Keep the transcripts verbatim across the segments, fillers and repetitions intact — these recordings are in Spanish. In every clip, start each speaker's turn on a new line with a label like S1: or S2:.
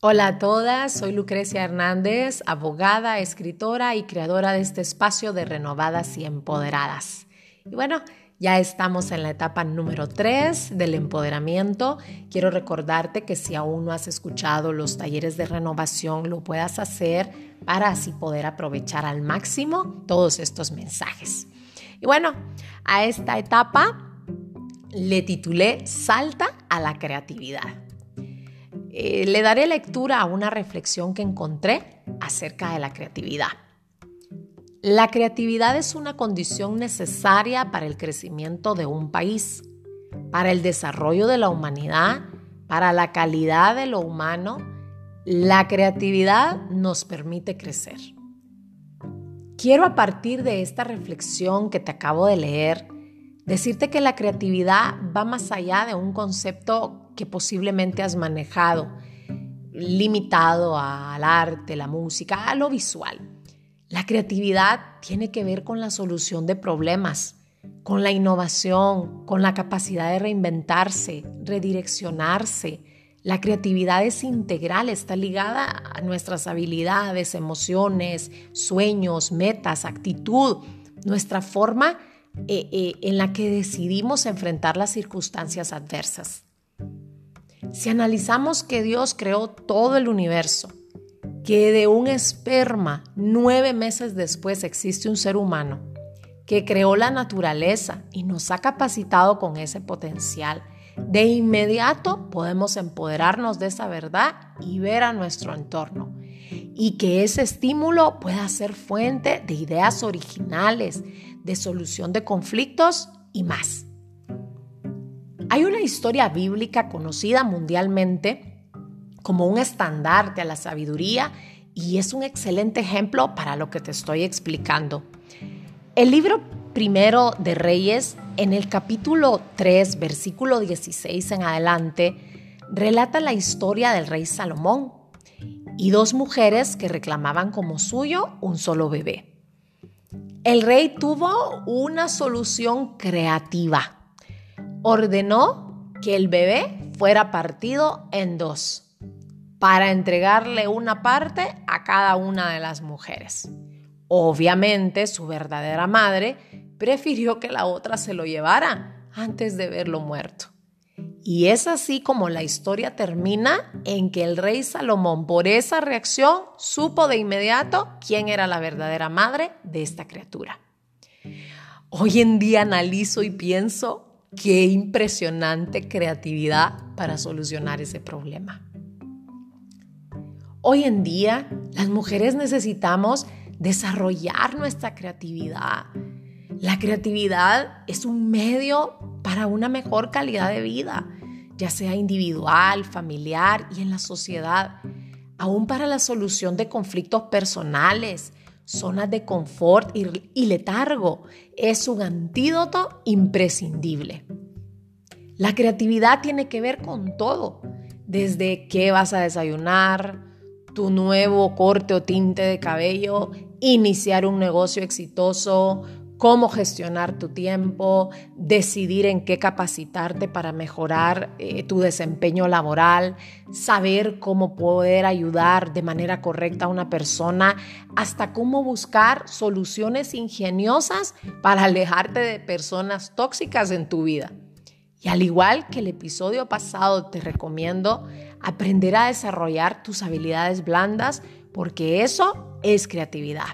S1: Hola a todas, soy Lucrecia Hernández, abogada, escritora y creadora de este espacio de Renovadas y Empoderadas. Y bueno, ya estamos en la etapa número tres del empoderamiento. Quiero recordarte que si aún no has escuchado los talleres de renovación, lo puedas hacer para así poder aprovechar al máximo todos estos mensajes. Y bueno, a esta etapa le titulé Salta a la creatividad. Eh, le daré lectura a una reflexión que encontré acerca de la creatividad. La creatividad es una condición necesaria para el crecimiento de un país, para el desarrollo de la humanidad, para la calidad de lo humano. La creatividad nos permite crecer. Quiero, a partir de esta reflexión que te acabo de leer, decirte que la creatividad va más allá de un concepto que posiblemente has manejado, limitado al arte, la música, a lo visual. La creatividad tiene que ver con la solución de problemas, con la innovación, con la capacidad de reinventarse, redireccionarse. La creatividad es integral, está ligada a nuestras habilidades, emociones, sueños, metas, actitud, nuestra forma eh, eh, en la que decidimos enfrentar las circunstancias adversas. Si analizamos que Dios creó todo el universo, que de un esperma nueve meses después existe un ser humano, que creó la naturaleza y nos ha capacitado con ese potencial, de inmediato podemos empoderarnos de esa verdad y ver a nuestro entorno. Y que ese estímulo pueda ser fuente de ideas originales, de solución de conflictos y más. Hay una historia bíblica conocida mundialmente como un estandarte a la sabiduría y es un excelente ejemplo para lo que te estoy explicando. El libro primero de Reyes, en el capítulo tres, versículo dieciséis en adelante, relata la historia del rey Salomón y dos mujeres que reclamaban como suyo un solo bebé. El rey tuvo una solución creativa. Ordenó que el bebé fuera partido en dos para entregarle una parte a cada una de las mujeres. Obviamente, su verdadera madre prefirió que la otra se lo llevara antes de verlo muerto. Y es así como la historia termina, en que el rey Salomón, por esa reacción, supo de inmediato quién era la verdadera madre de esta criatura. Hoy en día analizo y pienso qué impresionante creatividad para solucionar ese problema. Hoy en día, las mujeres necesitamos desarrollar nuestra creatividad. La creatividad es un medio para una mejor calidad de vida, ya sea individual, familiar y en la sociedad, aún para la solución de conflictos personales, zonas de confort y, y letargo. Es un antídoto imprescindible. La creatividad tiene que ver con todo, desde qué vas a desayunar, tu nuevo corte o tinte de cabello, iniciar un negocio exitoso, cómo gestionar tu tiempo, decidir en qué capacitarte para mejorar eh, tu desempeño laboral, saber cómo poder ayudar de manera correcta a una persona, hasta cómo buscar soluciones ingeniosas para alejarte de personas tóxicas en tu vida. Y al igual que el episodio pasado, te recomiendo aprender a desarrollar tus habilidades blandas, porque eso es creatividad.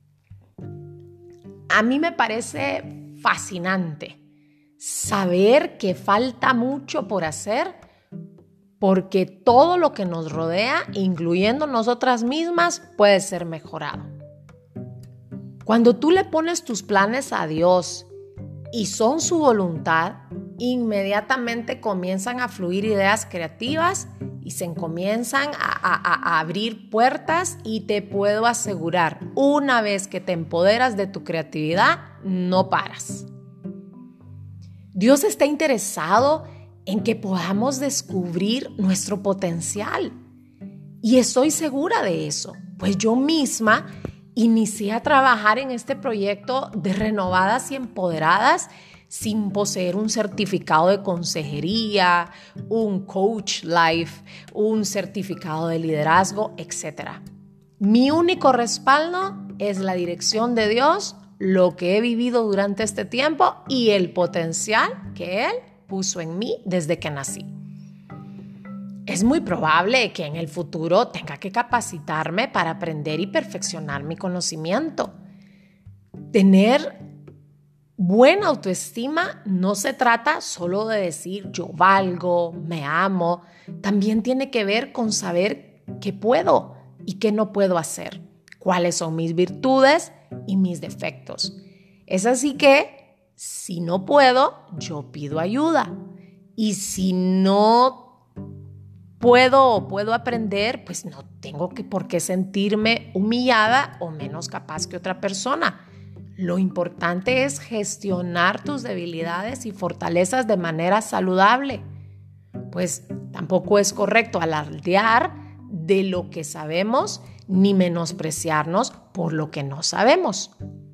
S1: A mí me parece fascinante saber que falta mucho por hacer, porque todo lo que nos rodea, incluyendo nosotras mismas, puede ser mejorado. Cuando tú le pones tus planes a Dios y son su voluntad, inmediatamente comienzan a fluir ideas creativas y se comienzan a, a, a abrir puertas, y te puedo asegurar, una vez que te empoderas de tu creatividad, no paras. Dios está interesado en que podamos descubrir nuestro potencial y estoy segura de eso, pues yo misma inicié a trabajar en este proyecto de Renovadas y Empoderadas sin poseer un certificado de consejería, un coach life, un certificado de liderazgo, etcétera. Mi único respaldo es la dirección de Dios, lo que he vivido durante este tiempo y el potencial que Él puso en mí desde que nací. Es muy probable que en el futuro tenga que capacitarme para aprender y perfeccionar mi conocimiento. Tener buena autoestima no se trata solo de decir yo valgo, me amo. También tiene que ver con saber qué puedo y qué no puedo hacer, cuáles son mis virtudes y mis defectos. Es así que si no puedo, yo pido ayuda. Y si no puedo o puedo aprender, pues no tengo que por qué sentirme humillada o menos capaz que otra persona. Lo importante es gestionar tus debilidades y fortalezas de manera saludable. Pues tampoco es correcto alardear de lo que sabemos ni menospreciarnos por lo que no sabemos.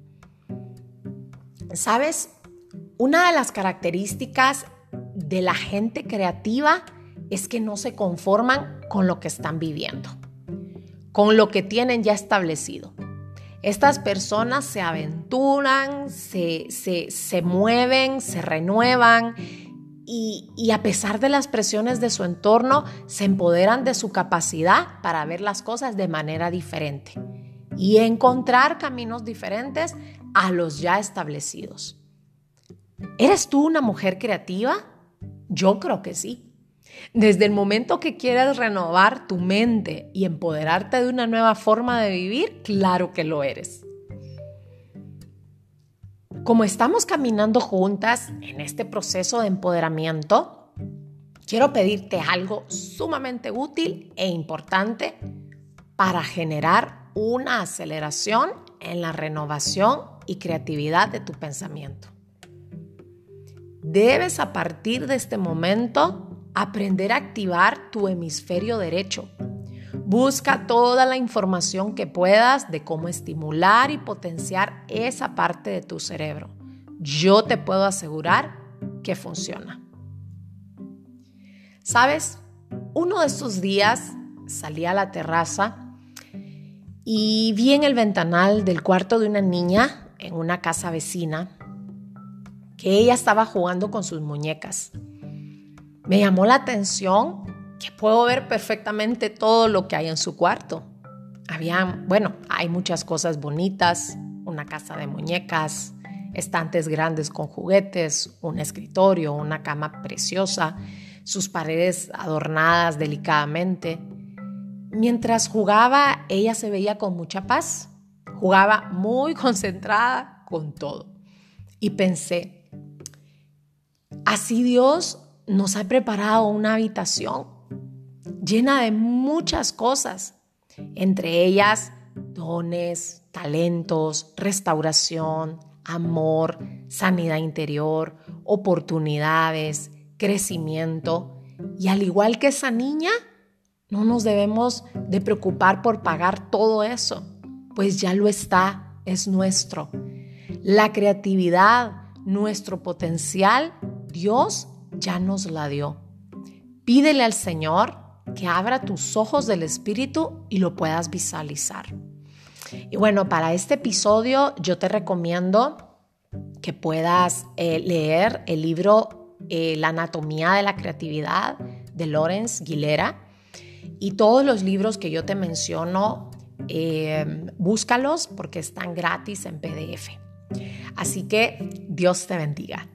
S1: ¿Sabes? Una de las características de la gente creativa es que no se conforman con lo que están viviendo, con lo que tienen ya establecido. Estas personas se aventuran, se, se, se mueven, se renuevan y, y a pesar de las presiones de su entorno, se empoderan de su capacidad para ver las cosas de manera diferente y encontrar caminos diferentes a los ya establecidos. ¿Eres tú una mujer creativa? Yo creo que sí. Desde el momento que quieras renovar tu mente y empoderarte de una nueva forma de vivir, claro que lo eres. Como estamos caminando juntas en este proceso de empoderamiento, quiero pedirte algo sumamente útil e importante para generar una aceleración en la renovación y creatividad de tu pensamiento. Debes a partir de este momento aprender a activar tu hemisferio derecho. Busca toda la información que puedas de cómo estimular y potenciar esa parte de tu cerebro. Yo te puedo asegurar que funciona. ¿Sabes? Uno de estos días salí a la terraza y vi en el ventanal del cuarto de una niña en una casa vecina que ella estaba jugando con sus muñecas. Me llamó la atención que puedo ver perfectamente todo lo que hay en su cuarto. Había, bueno, hay muchas cosas bonitas, una casa de muñecas, estantes grandes con juguetes, un escritorio, una cama preciosa, sus paredes adornadas delicadamente. Mientras jugaba, ella se veía con mucha paz. Jugaba muy concentrada con todo. Y pensé, así Dios nos ha preparado una habitación llena de muchas cosas, entre ellas dones, talentos, restauración, amor, sanidad interior, oportunidades, crecimiento. Y al igual que esa niña, no nos debemos de preocupar por pagar todo eso, pues ya lo está, es nuestro. La creatividad, nuestro potencial, Dios ya nos la dio. Pídele al Señor que abra tus ojos del espíritu y lo puedas visualizar. Y bueno, para este episodio yo te recomiendo que puedas eh, leer el libro eh, La anatomía de la creatividad de Lawrence Guilera y todos los libros que yo te menciono, eh, búscalos porque están gratis en P D F. Así que Dios te bendiga.